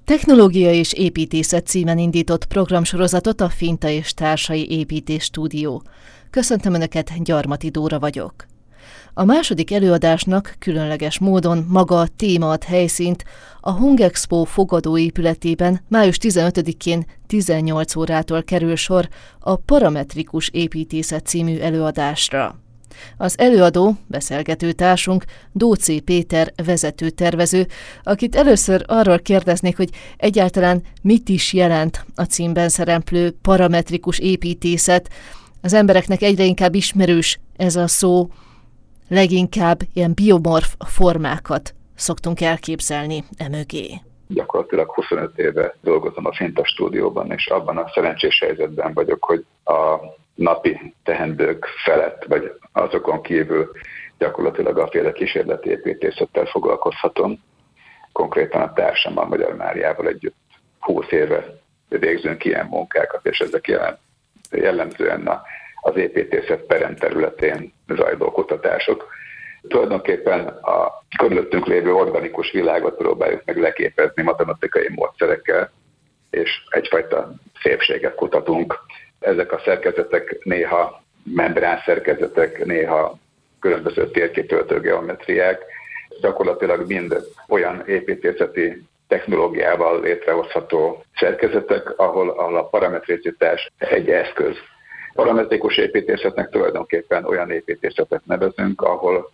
Technológia és építészet címen indított programsorozatot a Finta és Társai Építés Stúdió. Köszöntöm Önöket, Gyarmati Dóra vagyok. A második előadásnak különleges módon maga a téma ad helyszínt a Hungexpo fogadóépületében május 15-én 18 órától kerül sor a Parametrikus építészet című előadásra. Az előadó, beszélgető társunk Dóczé Péter vezetőtervező, akit először arról kérdeznék, hogy egyáltalán mit is jelent a címben szereplő parametrikus építészet. Az embereknek egyre inkább ismerős ez a szó, leginkább ilyen biomorf formákat szoktunk elképzelni emögé. Gyakorlatilag 25 éve dolgozom a Finta stúdióban, és abban a szerencsés helyzetben vagyok, hogy a napi teendők felett, vagy azokon kívül gyakorlatilag a kísérleti építészettel foglalkozhatom. Konkrétan a társammal, Magyar Máriával együtt 20 éve végzünk ilyen munkákat, és ezek jellemzően az építészet peremterületén zajló kutatások. Tulajdonképpen a körülöttünk lévő organikus világot próbáljuk meg leképezni matematikai módszerekkel, és egyfajta szépséget kutatunk. Ezek a szerkezetek néha membrán szerkezetek, néha különböző térkitöltő geometriák, gyakorlatilag mind olyan építészeti technológiával létrehozható szerkezetek, ahol a parametricitás egy eszköz. Parametrikus építészetnek tulajdonképpen olyan építészetet nevezünk, ahol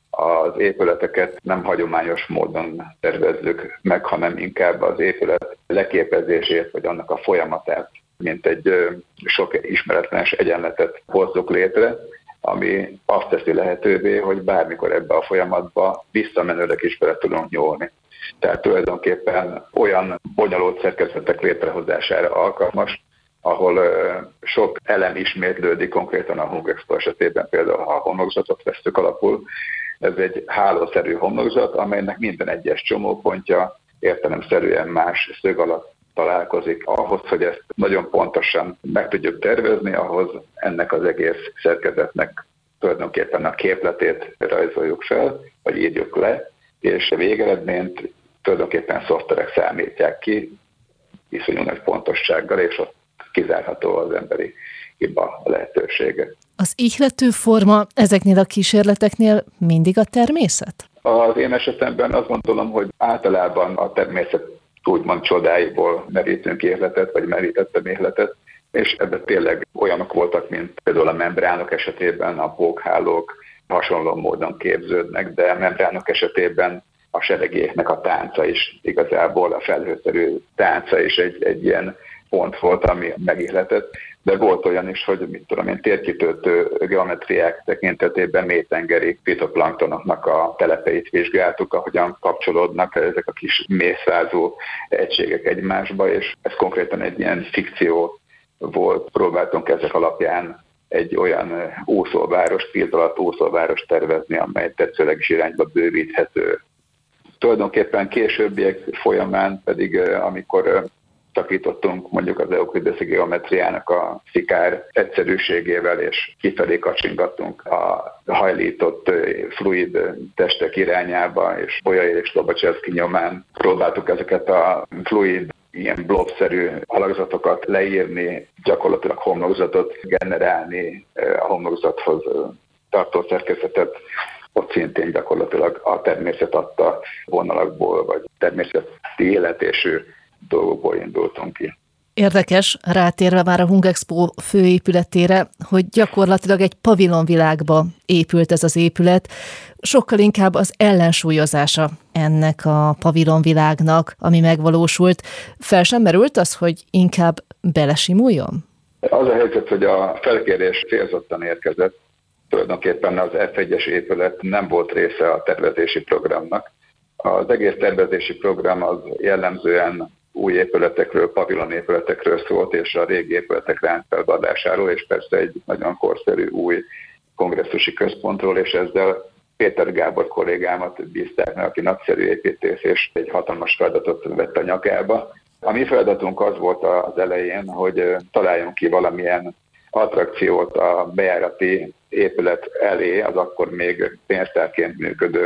az épületeket nem hagyományos módon tervezzük meg, hanem inkább az épület leképezését, vagy annak a folyamatát, mint egy sok ismeretlenes egyenletet hozzuk létre, ami azt teszi lehetővé, hogy bármikor ebbe a folyamatba visszamenőleg is bele tudunk nyúlni. Tehát tulajdonképpen olyan bonyolult szerkezetek létrehozására alkalmas, ahol sok elem ismétlődik, konkrétan a Hungexpo esetében például, ha a homlokzatot vesszük alapul, ez egy hálószerű homlokzat, amelynek minden egyes csomópontja értelemszerűen más szög alatt találkozik. Ahhoz, hogy ezt nagyon pontosan meg tudjuk tervezni, ahhoz ennek az egész szerkezetnek tulajdonképpen a képletét rajzoljuk fel, vagy írjuk le, és a végeredményt tulajdonképpen szoftverek számítják ki, iszonyú nagy pontossággal, és ott kizárható az emberi hiba lehetősége. Az ihlető forma ezeknél a kísérleteknél mindig a természet? Az én esetemben azt gondolom, hogy általában a természet úgymond csodáiból merítünk ihletet, vagy merítettem ihletet, és ebben tényleg olyanok voltak, mint például a membránok esetében, a pókhálók hasonló módon képződnek, de a membránok esetében a seregéknek a tánca is igazából, a felhőszerű tánca is egy ilyen pont volt, ami megihletett, de volt olyan is, hogy térkitöltő geometriák tekintetében mélytengeri fitoplanktonoknak a telepeit vizsgáltuk, ahogyan kapcsolódnak ezek a kis mészrázó egységek egymásba, és ez konkrétan egy ilyen fikció volt. Próbáltunk ezek alapján egy olyan úszóváros, víz alatt úszóváros tervezni, amely tetszőleges irányba bővíthető. Tulajdonképpen későbbiek folyamán pedig, amikor szakítottunk mondjuk az euklideszi geometriának a szikár egyszerűségével, és kifelé kacsingattunk a hajlított fluid testek irányába, és Bolyai és Lobaczewski nyomán próbáltuk ezeket a fluid, ilyen blobszerű alakzatokat leírni, gyakorlatilag homlokzatot generálni, a homlokzathoz tartó szerkezetet. Ott szintén gyakorlatilag a természet adta vonalakból, vagy természeti életésű dolgokból indultunk ki. Érdekes, rátérve már a Hungexpo főépületére, hogy gyakorlatilag egy pavilonvilágba épült ez az épület, sokkal inkább az ellensúlyozása ennek a pavilonvilágnak, ami megvalósult. Fel sem merült az, hogy inkább belesimuljon? Az a helyzet, hogy a felkérés célzottan érkezett. Tulajdonképpen az F1-es épület nem volt része a tervezési programnak. Az egész tervezési program az jellemzően új épületekről, pavilonépületekről szólt, és a régi épületek ráncfelvadásáról, és persze egy nagyon korszerű új kongresszusi központról, és ezzel Péter Gábor kollégámat bízták meg, aki nagyszerű építész, és egy hatalmas feladatot vett a nyakába. A mi feladatunk az volt az elején, hogy találjunk ki valamilyen attrakciót a bejárati épület elé, az akkor még pénztárként működő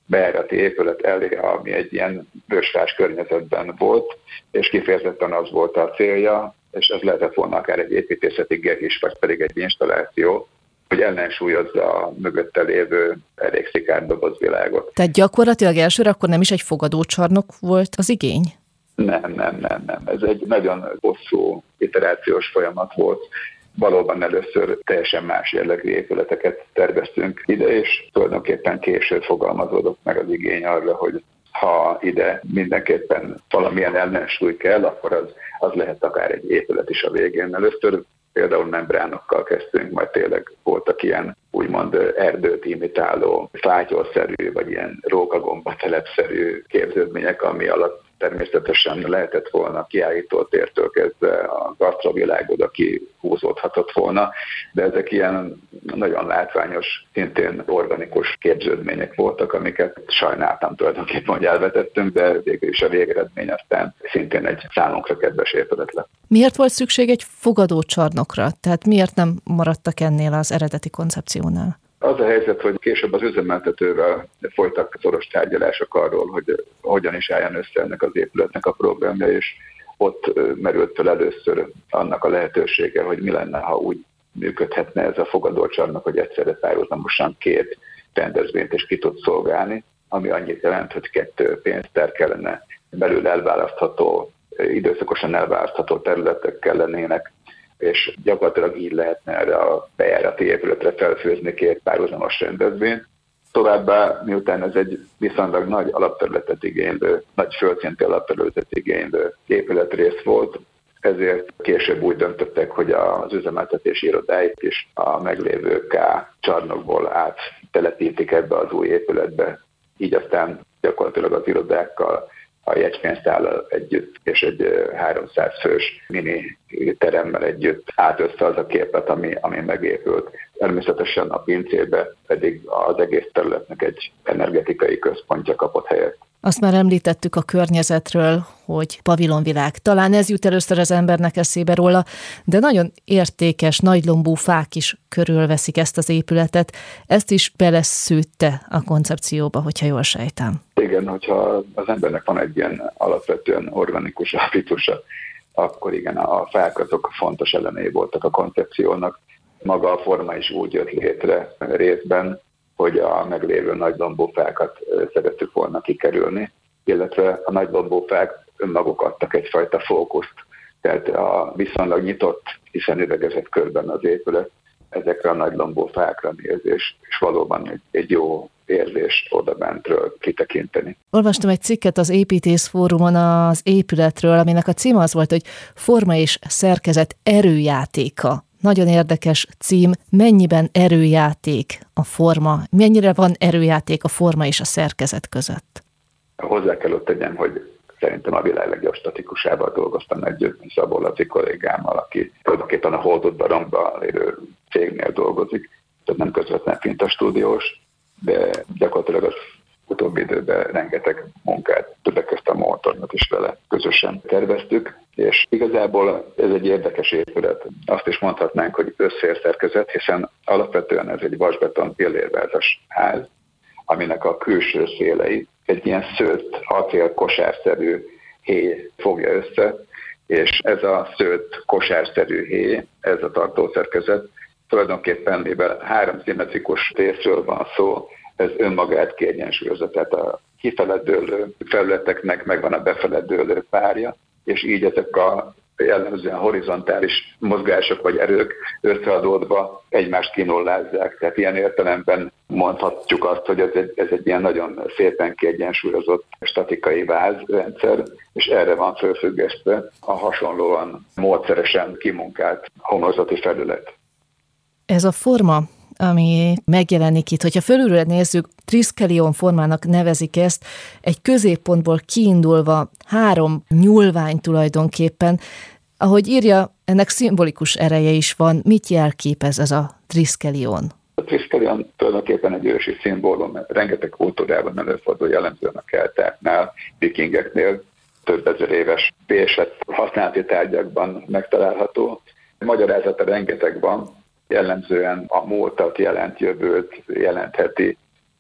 bejárati épület elé, ami egy ilyen vörösfás környezetben volt, és kifejezetten az volt a célja, és ez lehetett volna akár egy építészeti is, vagy pedig egy installáció, hogy ellensúlyozza a mögötte lévő elég szikár dobozvilágot. Tehát gyakorlatilag elsőre akkor nem is egy fogadócsarnok volt az igény? Nem. Ez egy nagyon hosszú iterációs folyamat volt. Valóban először teljesen más jellegű épületeket terveztünk ide, és tulajdonképpen később fogalmazódott meg az igény arra, hogy ha ide mindenképpen valamilyen ellensúly kell, akkor az lehet akár egy épület is a végén. Először például membránokkal kezdtünk, majd tényleg voltak ilyen úgymond erdőt imitáló, fátyolszerű, vagy ilyen rókagomba-telepszerű képződmények, ami alatt természetesen lehetett volna kiállító tértől kezdve a gasztrovilágod, aki húzódhatott volna, de ezek ilyen nagyon látványos, szintén organikus képződmények voltak, amiket sajnáltam tulajdonképpen, hogy elvetettünk, de végül is a végeredmény aztán szintén egy számunkra kedves épület lett. Miért volt szükség egy fogadócsarnokra? Tehát miért nem maradtak ennél az eredeti koncepciónál? Az a helyzet, hogy később az üzemeltetővel folytak szoros tárgyalások arról, hogy hogyan is álljon össze ennek az épületnek a programja, és ott merült fel először annak a lehetősége, hogy mi lenne, ha úgy működhetne ez a fogadócsarnok, hogy egyszerre párhuzamosan 2 rendezvényt is ki tud szolgálni, ami annyit jelent, hogy 2 pénztár kellene, belül elválasztható, időszakosan elválasztható területek kellenének, és gyakorlatilag így lehetne erre a bejárati épületre felfőzni 2 párhuzamos rendezvényt. Továbbá, miután ez egy viszonylag nagy alapterületet igénylő, nagy földszintű alapterületet igénylő épületrész volt, ezért később úgy döntöttek, hogy az üzemeltetési irodáit is a meglévő K csarnokból áttelepítik ebbe az új épületbe. Így aztán gyakorlatilag az irodákkal, a jegypénztállal együtt, és egy 300 fős mini teremmel együtt állt össze az a képlet, ami megépült. Természetesen a pincébe pedig az egész területnek egy energetikai központja kapott helyet. Azt már említettük a környezetről, hogy pavilonvilág. Talán ez jut először az embernek eszébe róla, de nagyon értékes, nagylombú fák is körülveszik ezt az épületet. Ezt is beleszűtte a koncepcióba, hogyha jól sejtem. Igen, hogyha az embernek van egy ilyen alapvetően organikus hábitusa, akkor igen, a fák azok fontos elemei voltak a koncepciónak. Maga a forma is úgy jött létre részben, hogy a meglévő nagylombú fákat szerettük volna kikerülni, illetve a nagylombú fák önmaguk adtak egyfajta fókuszt, tehát a viszonylag nyitott, hiszen üvegezett körben az épület, ezekre a nagylombú fákra néz, és valóban egy jó érzés odabentről kitekinteni. Olvastam egy cikket az Építészfórumon az épületről, aminek a címe az volt, hogy Forma és szerkezet erőjátéka. Nagyon érdekes cím, mennyiben erőjáték a forma, mennyire van erőjáték a forma és a szerkezet között? Hozzá kell ott tegyem, hogy szerintem a világ legjobb statikusával dolgoztam együtt, Szabó Laci kollégámmal, aki tulajdonképpen a Holdott Baromban lévő cégnél dolgozik, tehát nem közvetlen fintastúdiós, de gyakorlatilag az utóbbi időben rengeteg munkát, többek között a motornot is vele közösen terveztük, és igazából ez egy érdekes épület. Azt is mondhatnánk, hogy összérszerkezet, hiszen alapvetően ez egy vasbeton pillérvázas ház, aminek a külső szélei egy ilyen szőtt, acél kosárszerű héj fogja össze, és ez a szőtt kosárszerű héj, ez a tartószerkezet, tulajdonképpen mivel 3 szimmetrikus részről van szó, ez önmagát kiegyensúlyozza, tehát a kifele dőlő felületeknek megvan a befele dőlő párja, és így ezek a jellemzően horizontális mozgások vagy erők összeadódva egymást kinullázzák. Tehát ilyen értelemben mondhatjuk azt, hogy ez egy ilyen nagyon szépen kiegyensúlyozott statikai vázrendszer, és erre van fölfüggesztve a hasonlóan módszeresen kimunkált homlokzati felület. Ez a forma, ami megjelenik itt, hogyha fölülről nézzük, Triskelion formának nevezik ezt, egy középpontból kiindulva 3 nyúlvány tulajdonképpen. Ahogy írja, ennek szimbolikus ereje is van. Mit jelképez ez a Triskelion? A Triskelion tulajdonképpen egy ősi szimbólum, mert rengeteg kultúrában előfordul, jellemzően a keltáknál, vikingeknél, több ezer éves vésett használati tárgyakban megtalálható. Magyarázata rengeteg van, jellemzően a múltat jelent, jövőt jelentheti,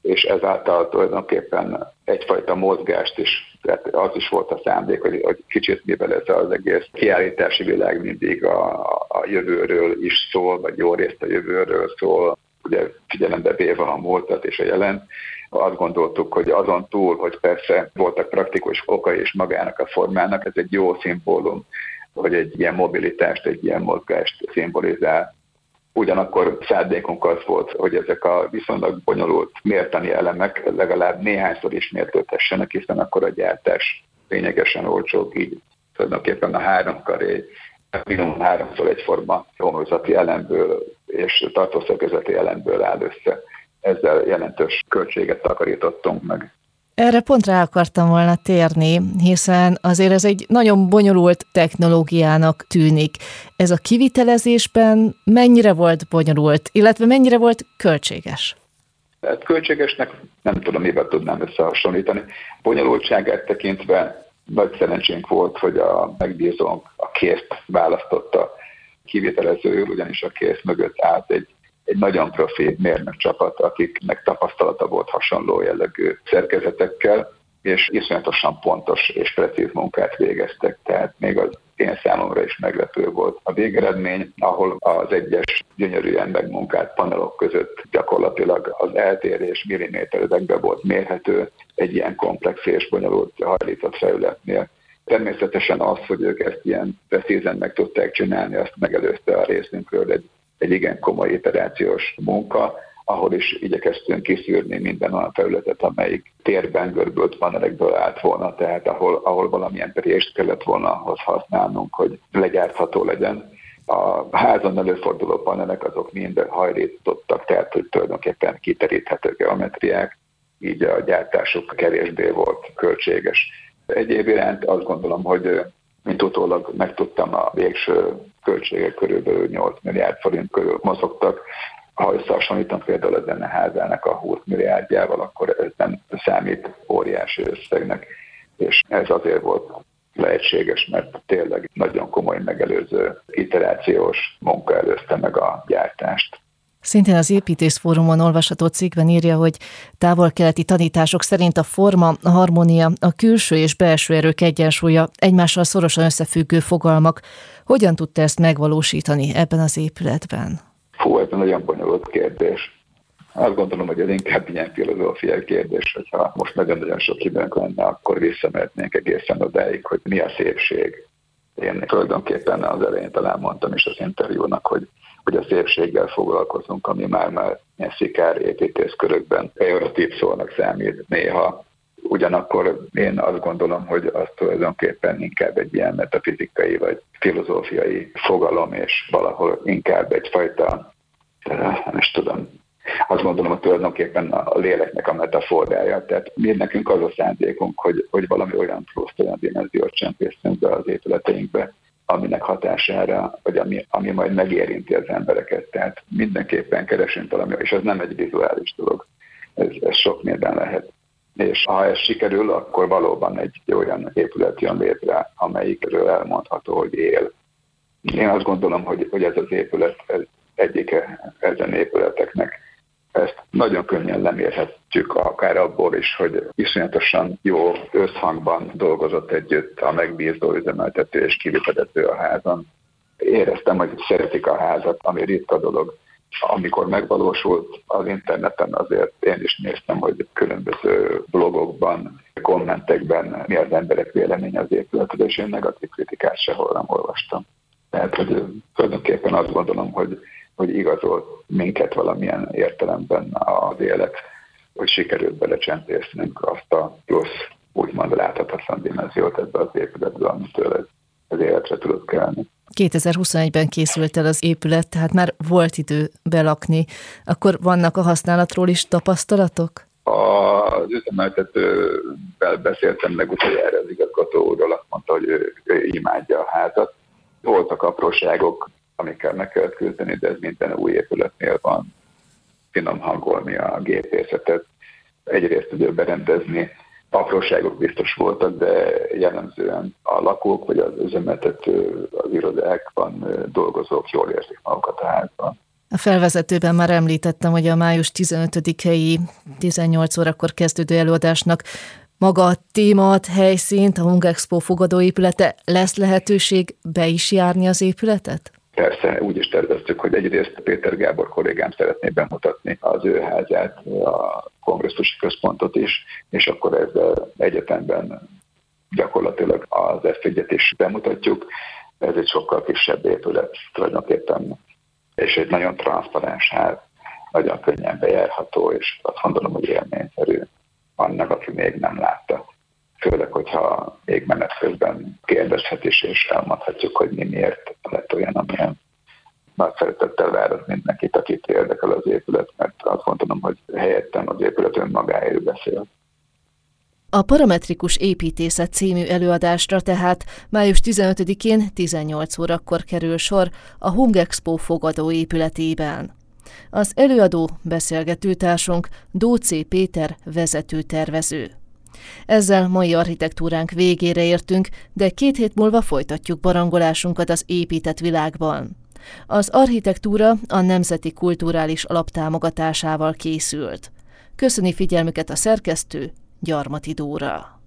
és ezáltal tulajdonképpen egyfajta mozgást is, tehát az is volt a szándék, hogy kicsit, mivel ez az egész kiállítási világ mindig a jövőről is szól, vagy jó részt a jövőről szól, ugye figyelembe véve a múltat és a jelent, azt gondoltuk, hogy azon túl, hogy persze voltak praktikus okai is magának a formának, ez egy jó szimbólum, hogy egy ilyen mobilitást, egy ilyen mozgást szimbolizál. Ugyanakkor szándékunk az volt, hogy ezek a viszonylag bonyolult mértani elemek legalább néhányszor ismétlődhessenek, hiszen akkor a gyártás lényegesen olcsóbb, így tulajdonképpen a 3 karé minimum 3-szor egyforma homlokzati elemből és tartószerkezeti elemből áll össze. Ezzel jelentős költséget takarítottunk meg. Erre pont rá akartam volna térni, hiszen azért ez egy nagyon bonyolult technológiának tűnik. Ez a kivitelezésben mennyire volt bonyolult, illetve mennyire volt költséges? Hát költségesnek nem tudom, mivel tudnám összehasonlítani. Bonyolultságát tekintve nagy szerencsénk volt, hogy a megbízónk a készt választotta kivitelezőül, ugyanis a kész mögött állt egy nagyon profi mérnök csapat, akiknek tapasztalata volt hasonló jellegű szerkezetekkel, és iszonyatosan pontos és precíz munkát végeztek, tehát még az én számomra is meglepő volt a végeredmény, ahol az egyes gyönyörűen megmunkált panelok között gyakorlatilag az eltérés milliméteredekben volt mérhető egy ilyen komplex és bonyolult hajlított felületnél. Természetesen az, hogy ők ezt ilyen precízen meg tudták csinálni, azt megelőzte a részünkről egy igen komoly iterációs munka, ahol is igyekeztünk kiszűrni minden olyan felületet, amelyik térben görbült panelekből állt volna, tehát ahol valamilyen részt kellett volna ahhoz használnunk, hogy legyártható legyen. A házon előforduló panelek azok mind hajlítottak, tehát hogy tulajdonképpen kiteríthető geometriák, így a gyártásuk kevésbé volt költséges. Egyéb iránt azt gondolom, hogy mint utólag megtudtam, a végső költségek körülbelül 8 milliárd forint körül mozogtak. Ha összehasonlítom például a zeneházának a 20 milliárdjával, akkor ez nem számít óriási összegnek, és ez azért volt lehetséges, mert tényleg nagyon komoly megelőző iterációs munka előzte meg a gyártást. Szintén az Építészfórumon olvasható cikkben írja, hogy távol-keleti tanítások szerint a forma, a harmónia, a külső és belső erők egyensúlya egymással szorosan összefüggő fogalmak. Hogyan tudta ezt megvalósítani ebben az épületben? Ez nagyon bonyolult kérdés. Azt gondolom, hogy ez inkább ilyen filozófiai kérdés, hogyha most nagyon-nagyon sok időnk lenne, akkor visszamehetnénk egészen odáig, hogy mi a szépség. Én tulajdonképpen az elején talán mondtam is az interjúnak, hogy a szépséggel foglalkozunk, ami már ilyen szikár építészkörökben pejoratív szónak számít néha. Ugyanakkor én azt gondolom, hogy az tulajdonképpen inkább egy ilyen metafizikai vagy filozófiai fogalom, és valahol inkább egyfajta, nem is tudom, azt gondolom, hogy tulajdonképpen a léleknek a metaforája. Tehát nekünk az a szándékunk, hogy valami olyan pluszt, olyan dimenziót csempészünk be az épületeinkbe, aminek hatására, vagy ami majd megérinti az embereket. Tehát mindenképpen keresünk valami, és ez nem egy vizuális dolog. Ez sok minden lehet. És ha ez sikerül, akkor valóban egy olyan épület jön létre, amelyikről elmondható, hogy él. Én azt gondolom, hogy ez az épület ez egyike ezen épületeknek. Ezt nagyon könnyen lemérhetjük akár abból is, hogy iszonyatosan jó összhangban dolgozott együtt a megbízó, üzemeltető és kivitelező a házon. Éreztem, hogy szeretik a házat, ami ritka dolog. Amikor megvalósult az interneten, azért én is néztem, hogy különböző blogokban, kommentekben mi az emberek véleménye az épületről, és én negatív kritikát sehol nem olvastam. Tehát, hogy tulajdonképpen azt gondolom, hogy igazolt minket valamilyen értelemben az élet, hogy sikerült belecsempésznünk azt a plusz, úgymond láthatatlan dimenziót ebbe az épületbe, amitől az életre tudott kelni. 2021-ben készült el az épület, tehát már volt idő belakni. Akkor vannak a használatról is tapasztalatok? Az üzemeltetővel beszéltem legutoljára az igazgató úrról, azt mondta, hogy ő imádja a házat. Voltak apróságok, amikkel meg kellett küzdeni, de ez minden új épületnél van. Finom hangolni a gépészetet, egyrészt tudja berendezni. Apróságok biztos voltak, de jellemzően a lakók vagy az üzemeltető, az irodákban dolgozók jól érzik magukat a házban. A felvezetőben már említettem, hogy a május 15-i 18 órakor kezdődő előadásnak maga a témat, helyszínt, a Hungexpo fogadóépülete, lesz lehetőség be is járni az épületet? Persze, úgy is terveztük, hogy egyrészt Péter Gábor kollégám szeretné bemutatni az ő házát, a kongresszusi központot is, és akkor ezzel egyetemben gyakorlatilag az F1-et is bemutatjuk. Ez egy sokkal kisebb épület tulajdonképpen, és egy nagyon transzparens ház, nagyon könnyen bejárható, és azt gondolom, hogy élményszerű annak, aki még nem látta. Főleg, hogyha még menet közben kérdezhet is, és elmondhatjuk, hogy mi miért lett olyan, amilyen. Nagy szeretettel várok mindenkit, akit érdekel az épület, mert azt gondolom, hogy helyettem az épület önmagáért beszél. A Parametrikus építészet című előadásra tehát május 15-én 18 órakor kerül sor a Hungexpo fogadóépületében. Az előadó beszélgetőtársunk Dóczé Péter vezetőtervező. Ezzel mai architektúránk végére értünk, de 2 hét múlva folytatjuk barangolásunkat az épített világban. Az architektúra a Nemzeti Kulturális Alap támogatásával készült. Köszöni figyelmüket a szerkesztő, Gyarmati Dóra.